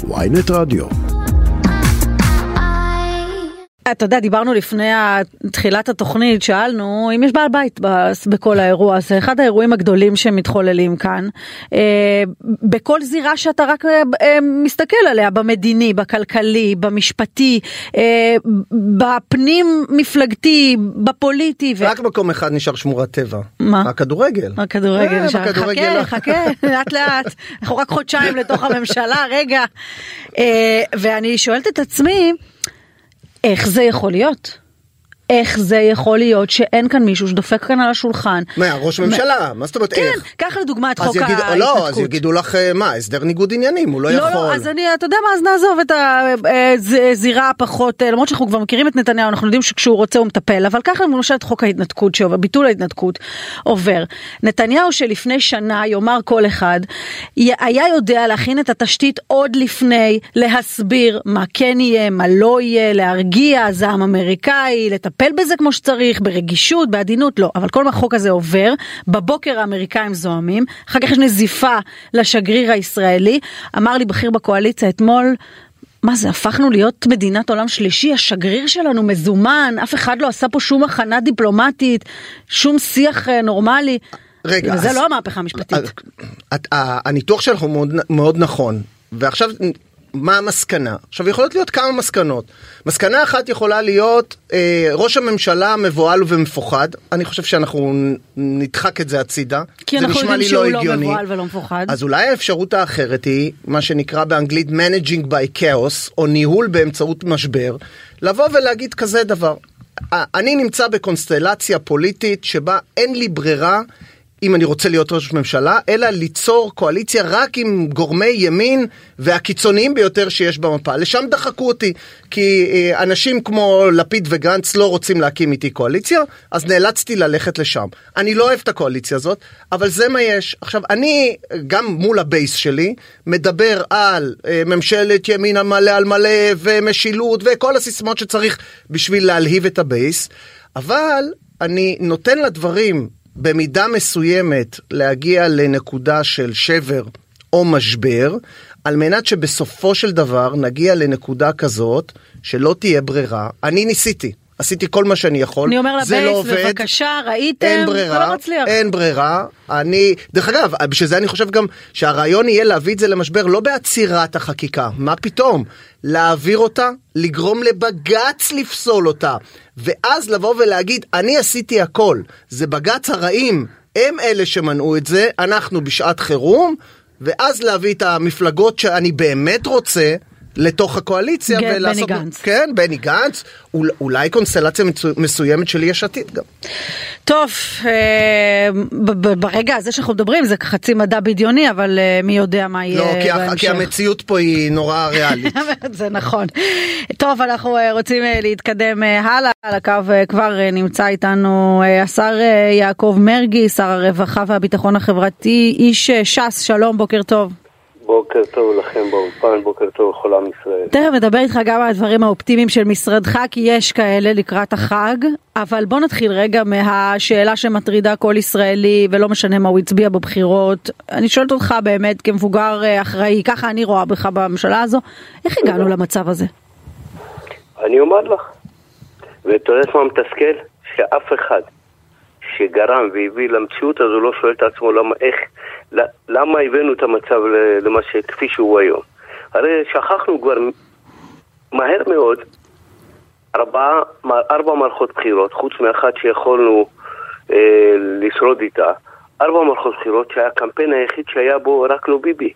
ynet רדיו. אתה יודע, דיברנו לפני תחילת התוכנית, שאלנו אם יש בעל בית בכל האירוע הזה. אחד האירועים הגדולים שמתחוללים כאן, בכל זירה שאתה רק מסתכל עליה, במדיני, בכלכלי, במשפטי, בפנים מפלגתי, בפוליטי. רק מקום אחד נשאר שמורת טבע. מה? הכדורגל. הכדורגל. חכה, לאט לאט. אנחנו רק חודשיים לתוך הממשלה, רגע. ואני שואלת את עצמי, איך זה יכול להיות? איך זה יכול להיות שאין כאן מישהו שדופק כאן על השולחן? מה, ראש ממשלה? מה זאת אומרת איך? כן, קח לדוגמה את חוק ההתנתקות. לא, אז יגידו לך, מה, הסדר ניגוד עניינים, הוא לא יכול. לא, אז אתה יודע מה, אז נעזוב את הזירה הפחות, למרות שאנחנו כבר מכירים את נתניהו, אנחנו יודעים שכשהוא רוצה הוא מטפל, אבל ככה למשל את חוק ההתנתקות, ביטול ההתנתקות עובר. נתניהו שלפני שנה, יאמר כל אחד, היה יודע להכין את התשתית עוד לפני, להסביר מה כן יהיה, מה לא יהיה, להרגיע, זעם אמריקאי, לטפל בזה כמו שצריך, ברגישות, בעדינות, לא. אבל כל החוק הזה עובר, בבוקר האמריקאים זוהמים, אחר כך יש נזיפה לשגריר הישראלי, אמר לי בכיר בקואליציה אתמול, מה זה, הפכנו להיות מדינת עולם שלישי, השגריר שלנו מזומן, אף אחד לא עשה פה שום הכנה דיפלומטית, שום שיח נורמלי. רגע, וזה לא המהפכה המשפטית. הניתוח שלך הוא מאוד נכון, ועכשיו מה המסקנה? עכשיו יכולות להיות כמה מסקנות. מסקנה אחת יכולה להיות ראש הממשלה מבועל ומפוחד. אני חושב שאנחנו נדחק את זה הצידה. כי אנחנו יודעים שהוא לא מבועל ולא מפוחד. אז אולי האפשרות האחרת היא מה שנקרא באנגלית managing by chaos, או ניהול באמצעות משבר, לבוא ולהגיד כזה דבר. אני נמצא בקונסטלציה פוליטית שבה אין לי ברירה אם אני רוצה להיות ראש ממשלה, אלא ליצור קואליציה רק עם גורמי ימין והקיצוניים ביותר שיש במפה. לשם דחקו אותי, כי אנשים כמו לפיד וגנץ לא רוצים להקים איתי קואליציה, אז נאלצתי ללכת לשם. אני לא אוהב את הקואליציה הזאת, אבל זה מה יש. עכשיו, אני גם מול הבייס שלי, מדבר על ממשלת ימין מלא על מלא, ומשילות, וכל הסיסמאות שצריך בשביל להלהיב את הבייס, אבל אני נותן לדברים במידה מסוימת להגיע לנקודה של שבר או משבר, על מנת שבסופו של דבר נגיע לנקודה כזאת שלא תהיה ברירה. אני ניסיתי, עשיתי כל מה שאני יכול, אני אומר זה לא לבייס, עובד, בבקשה, ראיתם, אין ברירה, לא מצליח. אין ברירה. דרך אגב, בשביל זה אני חושב גם שהרעיון יהיה להביא את זה למשבר, לא בעצירת החקיקה, מה פתאום? להעביר אותה, לגרום לבגץ לפסול אותה, ואז לבוא ולהגיד, אני עשיתי הכל, זה בגץ הרעים, הם אלה שמנעו את זה, אנחנו בשעת חירום, ואז להביא את המפלגות שאני באמת רוצה, לתוך הקואליציה, בני גנץ. כן, בני גנץ, אולי קונסטלציה מסוימת של יש עתיד גם. טוב, ברגע הזה שאנחנו מדברים, זה חצי מדע בדיוני, אבל מי יודע מה יהיה בהמשך. לא, כי המציאות פה היא נורא ריאלית. זה נכון. טוב, אנחנו רוצים להתקדם הלאה, על הקו כבר נמצא איתנו השר יעקב מרגי, שר הרווחה והביטחון החברתי, איש ש"ס, שלום, בוקר טוב. בוקר טוב לכם באולפן, בוקר טוב לכל עם ישראל. תכף נדבר איתך גם על הדברים האופטימיים של משרדך, כי יש כאלה לקראת החג, אבל בוא נתחיל רגע מהשאלה שמטרידה כל ישראלי, ולא משנה מה הוא הצביע בבחירות. אני שואלת אותך באמת כמבוגר אחראי, ככה אני רואה בך בממשלה הזו, איך הגענו למצב הזה? אני אומר לך, ואתה יודע מה מתסכל? שאף אחד שגרם והביא למציאות הזו לא שואל את עצמו למה הבאנו את המצב למה שכפי שהוא היום. הרי שכחנו כבר מהר מאוד 4 מערכות בחירות, חוץ מאחת שיכולנו לשרוד איתה, 4 מערכות בחירות שהיה הקמפיין היחיד שהיה בו רק לא ביבי.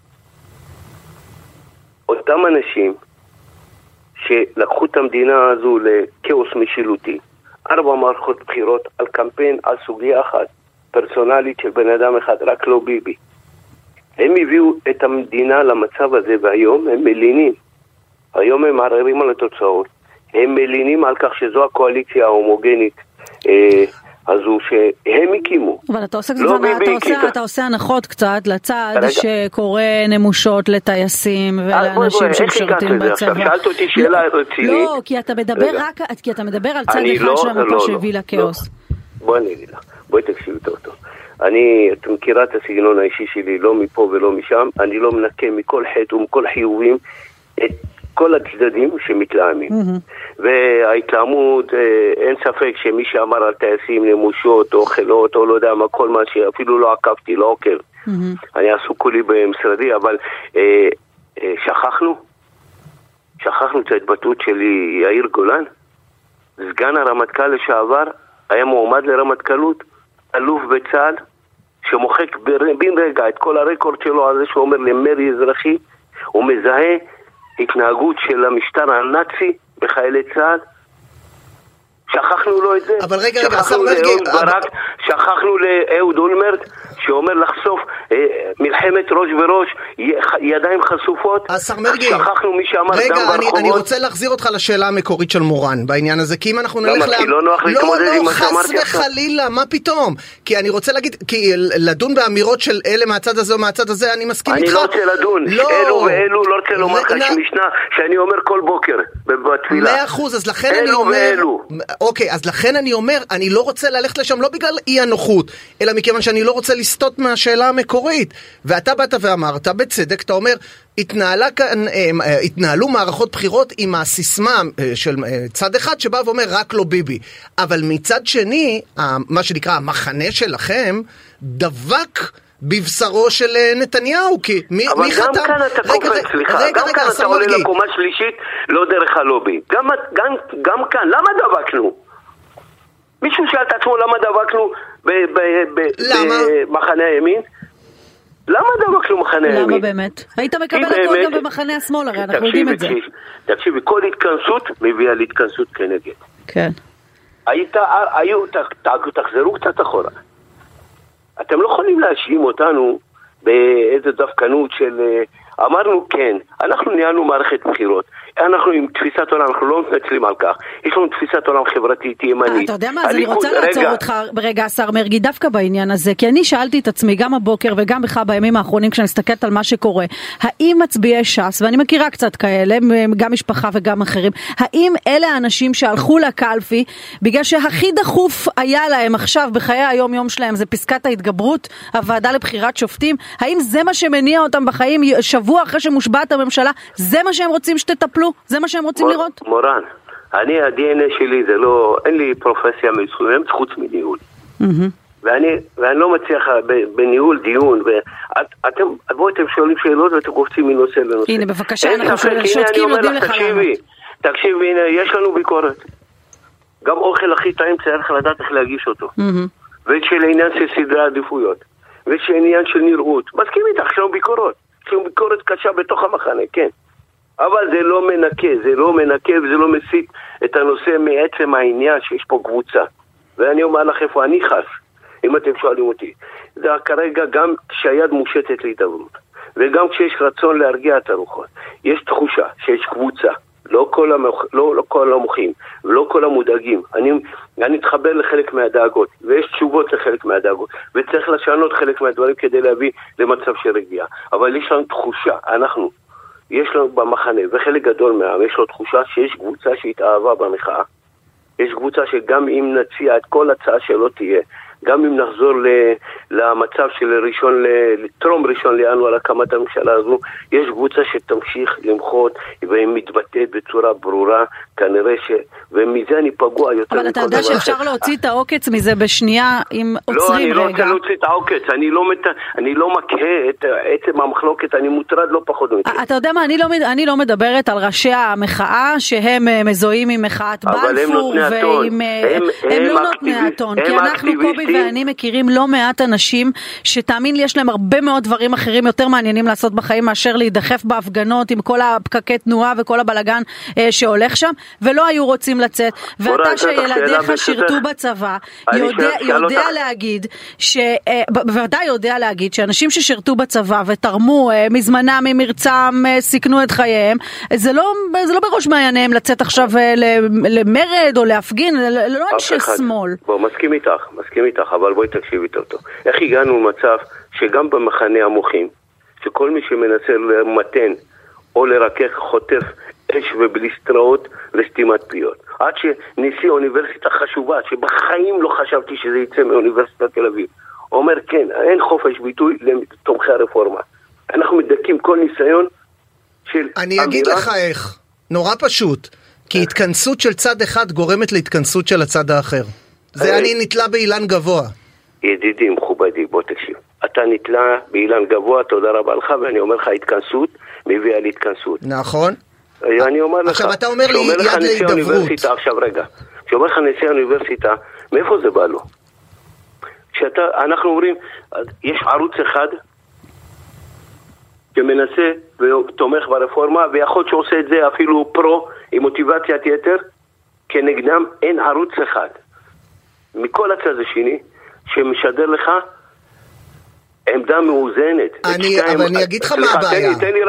אותם אנשים שלקחו את המדינה הזו לכאוס משילותי, 4 מערכות בחירות על קמפיין, על סוגיה אחת, פרסונלית של בן אדם אחד, רק לא ביבי. הם הביאו את המדינה למצב הזה, והיום הם מלינים. היום הם מערערים על התוצאות. הם מלינים על כך שזו הקואליציה ההומוגנית הזו שהם הקימו. אבל אתה עושה, אתה עושה הנחות קצת לצד שקורא נמושות לטייסים ולאנשים שמשרתים בצבא. שאלת אותי שאלה רצינית. לא, כי אתה מדבר על צד אחד של המפה שהביא לכאוס. בואי אני אגיד לך, בואי תקשיבי אותו. את מכירה את הסגנון האישי שלי, לא מפה ולא משם, אני לא מנקה מכל חטא ומכל חיובים, את כל הצדדים שמתלהמים. וההתלהמות, אין ספק שמי שאמר על טייסים נמושות או חילות או לא יודע מה, כל מה שאפילו לא עקבתי, לא עוקב. אני עסוק כולי במשרדי, אבל שכחנו את ההתבטאות שלי, יאיר גולן, סגן הרמטכ"ל לשעבר, היה מועמד לרמטכ"לות, אלוף בצה"ל, שמוחק בין רגע את כל הרקורד שלו על זה שהוא אומר למרי אזרחי, הוא מזהה התנהגות של המשטר הנאצי בחיילי צה"ל. שכחנו לו את זה. אבל רגע, השר מרגי, שכחנו לאהוד אולמרט שאומר לחשוף מלחמת ראש בראש, ידיים חשופות. השר מרגי, שכחנו מי שאמר רגע, גם ברחובות. אני רוצה להחזיר אותך לשאלה המקורית של מורן בעניין הזה, כי אם אנחנו נלך כי לא נוח להתמודד עם מה שאמרתי חס וחלילה, מה פתאום? כי אני רוצה להגיד, כי לדון באמירות של אלה מהצד הזה או מהצד הזה, אני מסכים איתך. אני לא רוצה לדון, אלו ואלו, לא רוצה לומר לך משנה שאני אומר כל בוקר בתפילה. 100%, אז לכן אני אומר, אוקיי, אז לכן אני אומר, אני לא רוצה ללכת לשם לא בגלל אי הנוחות, אלא מכיוון שאני לא רוצה לסטות מהשאלה המקורית. ואתה באת ואמרת, בצדק, אתה אומר, התנהלו מערכות בחירות עם הסיסמה של צד אחד שבא ואומר רק לא ביבי. אבל מצד שני, מה שנקרא המחנה שלכם, דבק בבשרו של נתניהו, כי מי חתם? אבל גם כאן אתה קופץ, סליחה, גם כאן אתה עולה לקומה שלישית, לא דרך הלובי. גם כאן, למה דבקנו? מישהו שאל את עצמו למה דבקנו במחנה הימין? למה דבקנו מחנה הימין? למה באמת? היית מקבל הכל גם במחנה השמאל, הרי אנחנו יודעים את זה. תקשיבי, כל התכנסות מביאה להתכנסות כנגד. כן. תחזרו קצת אחורה. אתם לא יכולים להאשים אותנו באיזו דווקנות של... אמרנו כן, אנחנו ניהלנו מערכת בחירות, אנחנו עם תפיסת עולם, אנחנו לא מתנצלים על כך, יש לנו תפיסת עולם חברתית ימנית. אתה יודע מה, אז אני רוצה לעצור אותך ברגע, השר מרגי, דווקא בעניין הזה, כי אני שאלתי את עצמי גם הבוקר וגם בך בימים האחרונים כשאני מסתכלת על מה שקורה, האם מצביעי ש"ס, ואני מכירה קצת כאלה, גם משפחה וגם אחרים, האם אלה האנשים שהלכו לקלפי בגלל שהכי דחוף היה להם עכשיו בחיי היום יום שלהם, זה פסקת ההתגברות, הוועדה לבחירת שופטים, האם זה מה שמניע אותם בחיים שבוע אחרי שמושבעת הממשלה, זה מה שהם רוצים שתטפלו? זה מה שהם רוצים לראות? מורן, אני, ה-DNA שלי זה לא, אין לי פרופסיה מסוימת חוץ מניהול. ואני לא מצליח בניהול דיון, בואו אתם שואלים שאלות ואתם קופצים מנושא לנושא. הנה בבקשה, אנחנו שותקים יודעים לך לענות. תקשיבי, הנה, יש לנו ביקורת. גם אוכל הכי טעים צריך לדעת איך להגיש אותו. ושל העניין של סדרי עדיפויות. ושל העניין של נראות. מסכים איתך, יש לנו ביקורות. יש לנו ביקורת קשה בתוך המחנה, כן. אבל זה לא מנקה וזה לא מסית את הנושא מעצם העניין שיש פה קבוצה. ואני אומר לך איפה אני חס, אם אתם שואלים אותי. זה כרגע גם כשהיד מושטת להידברות, וגם כשיש רצון להרגיע את הרוחות. יש תחושה שיש קבוצה, לא כל המוחים, ולא כל המודאגים. אני אתחבר לחלק מהדאגות, ויש תשובות לחלק מהדאגות, וצריך לשנות חלק מהדברים כדי להביא למצב של רגיעה. אבל יש לנו תחושה, יש לנו במחנה, וחלק גדול מהעם, יש לו תחושה שיש קבוצה שהתאהבה במחאה. יש קבוצה שגם אם נציע את כל הצעה שלא תהיה, גם אם נחזור למצב של טרום ראשון לינואר הקמת הממשלה הזו, יש קבוצה שתמשיך למחות, והיא מתבטאת בצורה ברורה, כנראה ומזה אני פגוע יותר. אבל אתה יודע שאפשר להוציא את העוקץ מזה בשנייה, אם עוצרים רגע. לא, אני לא רוצה להוציא את העוקץ, אני לא מקהה את עצם המחלוקת, אני מוטרד לא פחות מזה. אתה יודע מה, אני לא מדברת על ראשי המחאה, שהם מזוהים עם מחאת בלפור, הם לא נותני הטון, כי אנחנו קובי ואני מכירים לא מעט אנשים שתאמין לי יש להם הרבה מאוד דברים אחרים יותר מעניינים לעשות בחיים מאשר להידחף בהפגנות עם כל הפקקי תנועה וכל הבלגן שהולך שם, ולא היו רוצים לצאת. ואתה שילדיך שירתו בצבא יודע להגיד בוודאי יודע להגיד שאנשים ששירתו בצבא ותרמו מזמנם ממרצם סיכנו את חייהם, זה לא בראש מעייניהם לצאת עכשיו למרד או להפגין, לא אנשי שמאל. בוא, מסכים איתך, אבל בואי תקשיבי טוב. איך הגענו למצב שגם במחנה המוחים, שכל מי שמנסה למתן או לרכך חוטף אש ובליסטראות לסתימת פיות. עד שנשיא אוניברסיטה חשובה, שבחיים לא חשבתי שזה יצא מאוניברסיטת תל אביב, אומר כן, אין חופש ביטוי לתומכי הרפורמה. אנחנו מדכים כל ניסיון של אני אגיד לך איך, נורא פשוט, כי התכנסות של צד אחד גורמת להתכנסות של הצד האחר. זה אני נתלה באילן גבוה. ידידי מכובדי, בוא תקשיב. אתה נתלה באילן גבוה, תודה רבה לך, ואני אומר לך, התכנסות מביאה להתכנסות. נכון. אני אומר לך, עכשיו אתה אומר לי יד להידברות. עכשיו רגע, כשאומר לך נשיא האוניברסיטה, מאיפה זה בא לו? אנחנו אומרים, יש ערוץ אחד שמנסה ותומך ברפורמה, ויכול שעושה את זה אפילו פרו, עם מוטיבציית יתר, כנגדם אין ערוץ אחד. מכל הצד השני, שמשדר לך עמדה מאוזנת. אבל אני אגיד לך מה הבעיה.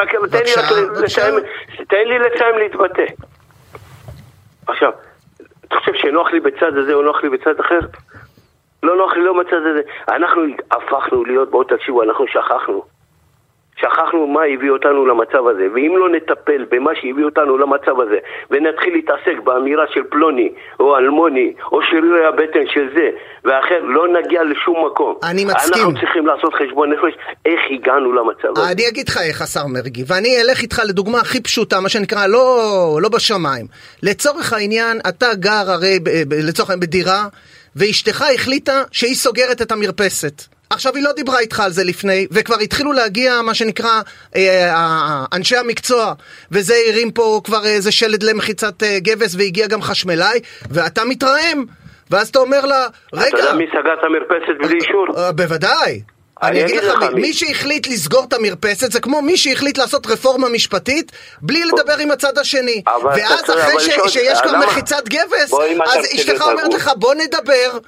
תן לי לסיים להתבטא. עכשיו, אתה חושב שנוח לי בצד הזה או נוח לי בצד אחר? לא נוח לי לא בצד הזה. אנחנו הפכנו להיות, בואו תקשיבו, אנחנו שכחנו מה הביא אותנו למצב הזה, ואם לא נטפל במה שהביא אותנו למצב הזה, ונתחיל להתעסק באמירה של פלוני, או אלמוני, או שרירי הבטן של זה, ואחר, לא נגיע לשום מקום. אני מסכים. אנחנו צריכים לעשות חשבון נפש, איך הגענו למצב הזה. אני אגיד לך איך, השר מרגי, ואני אלך איתך לדוגמה הכי פשוטה, מה שנקרא, לא בשמיים. לצורך העניין, אתה גר הרי, לצורך העניין, בדירה, ואשתך החליטה שהיא סוגרת את המרפסת. עכשיו היא לא דיברה איתך על זה לפני, וכבר התחילו להגיע מה שנקרא אנשי המקצוע, וזה הרים פה כבר איזה שלד למחיצת גבס, והגיע גם חשמלאי, ואתה מתרעם, ואז אתה אומר לה, רגע... אתה יודע מי סגר את המרפסת בלי אישור? בוודאי. אני אגיד לך מי שהחליט לסגור את המרפסת זה כמו מי שהחליט לעשות רפורמה משפטית בלי לדבר עם הצד השני, ואז אחרי שיש כבר מחיצת גבס אז אשתך אומרת לך בוא נדבר,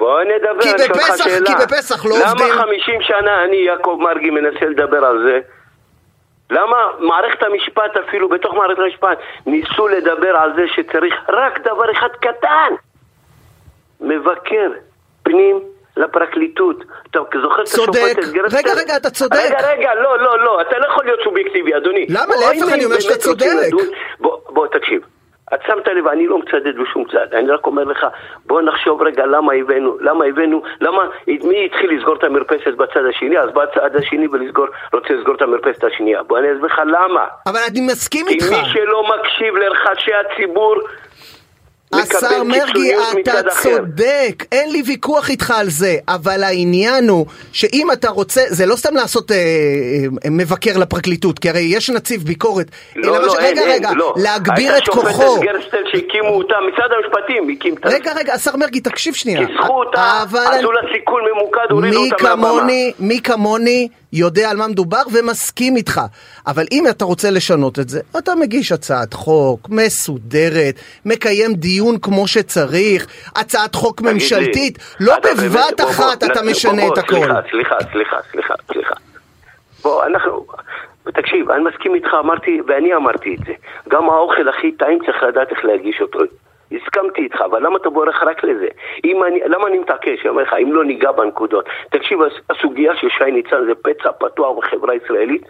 כי בפסח לא עובדים. למה 50 שנה אני יעקב מרגי מנסה לדבר על זה? למה מערכת המשפט, אפילו בתוך מערכת המשפט ניסו לדבר על זה שצריך רק דבר אחד קטן, מבקר פנים לפרקליטות. אתה זוכר את השופטת גרסטל? רגע, אתה צודק. רגע, לא, אתה לא יכול להיות סובייקטיבי, אדוני. למה? להפך, אני אומר שאתה צודק. בוא, תקשיב. את שמת לב, אני לא מצדד בשום צד. אני רק אומר לך, בוא נחשוב רגע למה הבאנו, מי התחיל לסגור את המרפסת בצד השני, אז בצד השני רוצה לסגור את המרפסת השנייה. בוא אני אסביר לך למה. אבל אני מסכים איתך. כי מי שלא מקשיב לרחשי הציבור, השר מרגי, אתה צודק, אין לי ויכוח איתך על זה, אבל העניין הוא שאם אתה רוצה, זה לא סתם לעשות מבקר לפרקליטות, כי הרי יש נציב ביקורת, אלא להגביר את כוחו. השופטת גרסטל שהקימו אותה, משרד המשפטים הקים אותה. רגע, השר מרגי, תקשיב שנייה. כיסחו אותה, עשו לה סיכול ממוקד, הורידו אותה מהבמה. מי כמוני יודע על מה מדובר ומסכים איתך, אבל אם אתה רוצה לשנות את זה, אתה מגיש הצעת חוק מסודרת, מקיים דיון כמו שצריך, הצעת חוק ממשלתית, לא בבת אחת אתה משנה את הכל. סליחה. בוא, תקשיב, אני מסכים איתך, ואני אמרתי את זה. גם האוכל הכי טעים צריך לדעת איך להגיש אותו. הסכמתי איתך, אבל למה אתה בורח רק לזה? למה אני מתעקש? אני אומר לך, אם לא ניגע בנקודות. תקשיב, הסוגיה של שי ניצן זה פצע פתוח בחברה הישראלית,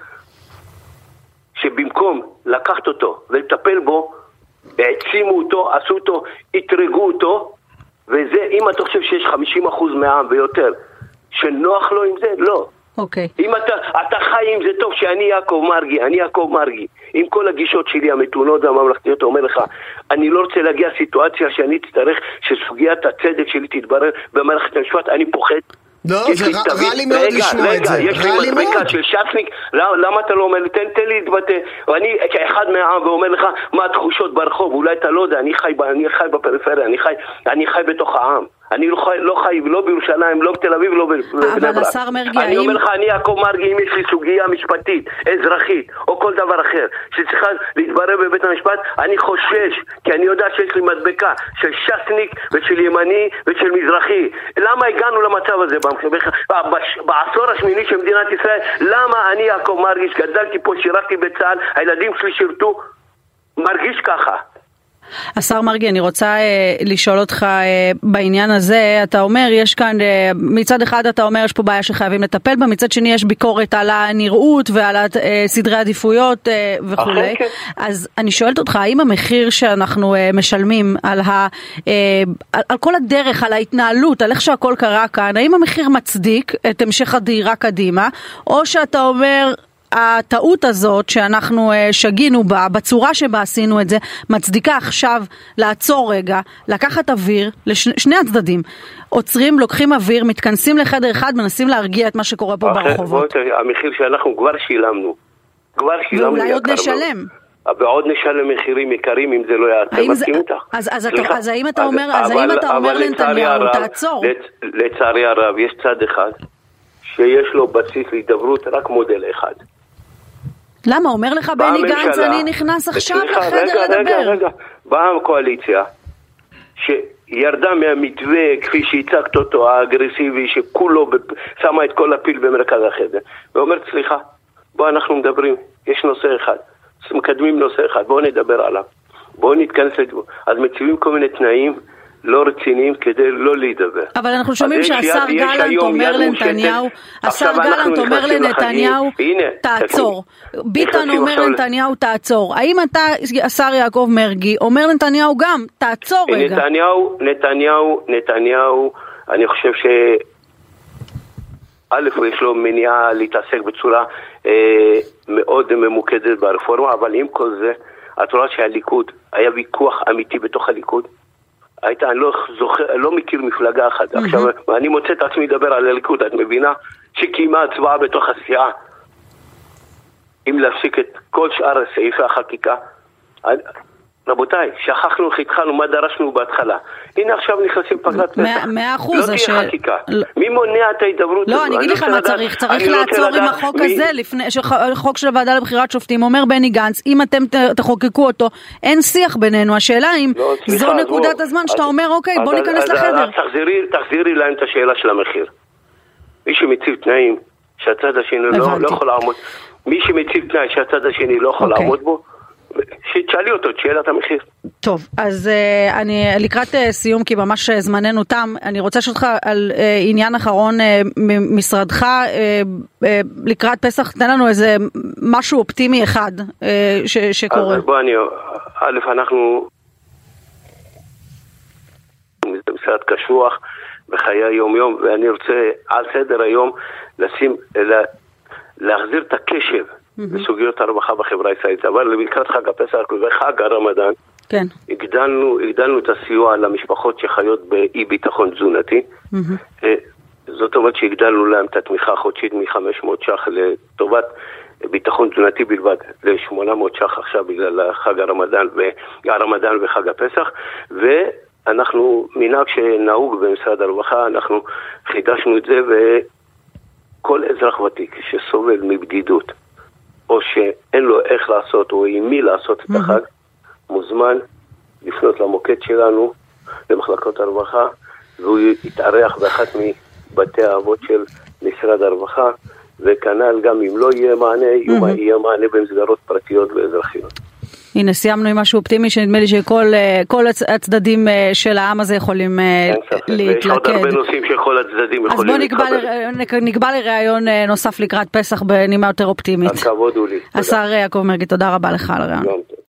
שבמקום לקחת אותו ולטפל בו, העצימו אותו, עשו אותו, התרגו אותו, וזה, אם אתה חושב שיש 50% מהעם ויותר, שנוח לו עם זה, לא. אוקיי. אם אתה חי עם זה טוב שאני יעקב מרגי, עם כל הגישות שלי המתונות והממלכתיות, אומר לך, אני לא רוצה להגיע סיטואציה שאני תצטרך שסוגיית הצדק שלי תתברר במערכת המשפט, אני פוחד. לא, זה רע לי מאוד לשמוע את זה. יש לי מדבקה של שצניק, למה אתה לא אומר לי, תן לי להתבטא, ואני כאחד מהעם ואומר לך מה התחושות ברחוב, אולי אתה לא יודע, אני חי בפריפריה, אני חי בתוך העם. אני לא חי לא בירושלים, לא בתל אביב, לא בבני ברק. אבל השר מרגי, אני אומר לך, אני יעקב מרגי, אם יש לי סוגיה משפטית, אזרחית, או כל דבר אחר, שצריכה להתברר בבית המשפט, אני חושש, כי אני יודע שיש לי מדבקה של שסניק ושל ימני ושל מזרחי. למה הגענו למצב הזה? בעשור השמיני של מדינת ישראל, למה אני יעקב מרגי, שגדלתי פה, שירתי בצה"ל, הילדים שלי שירתו, מרגיש ככה? השר מרגי, אני רוצה לשאול אותך בעניין הזה, אתה אומר, יש כאן, מצד אחד אתה אומר, יש פה בעיה שחייבים לטפל בה, מצד שני יש ביקורת על הנראות ועל סדרי עדיפויות וכו'. אז אני שואלת אותך, האם המחיר שאנחנו משלמים על כל הדרך, על ההתנהלות, על איך שהכל קרה כאן, האם המחיר מצדיק את המשך הדהירה קדימה, או שאתה אומר, הטעות הזאת שאנחנו שגינו בה, בצורה שבה עשינו את זה, מצדיקה עכשיו לעצור רגע, לקחת אוויר לשני הצדדים. עוצרים, לוקחים אוויר, מתכנסים לחדר אחד, מנסים להרגיע את מה שקורה פה ברחובות. המחיר שאנחנו כבר שילמנו. ואולי עוד נשלם. ועוד נשלם מחירים יקרים אם זה לא יעצר. מסכים איתך? אז האם אתה אומר לנתניהו, תעצור? לצערי הרב, יש צד אחד שיש לו בסיס להידברות, רק מודל אחד. למה? אומר לך בני גנץ, אני נכנס עכשיו לחדר לדבר. רגע. באה הקואליציה שירדה מהמתווה כפי שהצגת אותו, האגרסיבי, שכולו שמה את כל הפיל במרכז החדר, ואומרת, סליחה, בוא אנחנו מדברים, יש נושא אחד, מקדמים נושא אחד, בואו נדבר עליו, בואו נתכנס לדבר. אז מציבים כל מיני תנאים לא רציניים כדי לא להידבר. אבל אנחנו שומעים שהשר גלנט אומר לנתניהו, תעצור. ביטן אומר לנתניהו, תעצור. האם אתה, השר יעקב מרגי, אומר לנתניהו גם, תעצור רגע? נתניהו, אני חושב א', יש לו מניעה להתעסק בצורה מאוד ממוקדת ברפורמה, אבל עם כל זה, את רואה שהליכוד, היה ויכוח אמיתי בתוך הליכוד, אני לא מכיר מפלגה אחת. עכשיו, אני מוצא את עצמי לדבר על הליכוד, את מבינה שקיימה הצבעה בתוך הסיעה, אם להפסיק את כל שאר סעיפי החקיקה. רבותיי, שכחנו איך התחלנו, מה דרשנו בהתחלה. הנה עכשיו נכנסים פגרת פסח. 100%. לא תהיה חקיקה. מי מונע את ההידברות? לא, אני אגיד לך מה צריך. צריך לעצור עם החוק הזה, חוק של הוועדה לבחירת שופטים. אומר בני גנץ, אם אתם תחוקקו אותו, אין שיח בינינו. השאלה אם זו נקודת הזמן שאתה אומר, אוקיי, בוא ניכנס לחדר. תחזירי להם את השאלה של המחיר. מי שמציב תנאים שהצד השני לא יכול לעמוד, מי שמציב תנאי שהצד השני לא יכול לעמוד בו, שתשאלי אותו את שאלת המחיר. טוב, אז אני לקראת סיום, כי ממש זמננו תם, אני רוצה לשאול אותך על עניין אחרון משרדך, לקראת פסח, תן לנו איזה משהו אופטימי אחד שקורה. אז בוא אנחנו משרד קשוח בחיי היום יום, ואני רוצה על סדר היום להחזיר את הקשב בסוגיות הרווחה בחברה הישראלית. אבל לקראת חג הפסח וחג הרמדאן, כן. הגדלנו את הסיוע למשפחות שחיות באי ביטחון תזונתי. זאת אומרת שהגדלנו להם את התמיכה החודשית מ-500 ש"ח לטובת ביטחון תזונתי בלבד ל-800 ש"ח עכשיו בגלל חג הרמדאן וחג הפסח. ואנחנו מנהג שנהוג במשרד הרווחה, אנחנו חידשנו את זה, וכל אזרח ותיק שסובל מבדידות או שאין לו איך לעשות או עם מי לעשות את החג, מוזמן לפנות למוקד שלנו, למחלקות הרווחה, והוא יתארח באחת מבתי האבות של משרד הרווחה, וכנ"ל גם אם לא יהיה מענה, יהיה מענה במסגרות פרטיות ואזרחיות. הנה, סיימנו עם משהו אופטימי, שנדמה לי שכל הצדדים של העם הזה יכולים להתלכד. ויש עוד הרבה נושאים שכל הצדדים יכולים להתחבר. אז בוא נקבע לראיון נוסף לקראת פסח בנימה יותר אופטימית. הכבוד הוא לי. השר יעקב מרגי, תודה רבה לך על הראיון.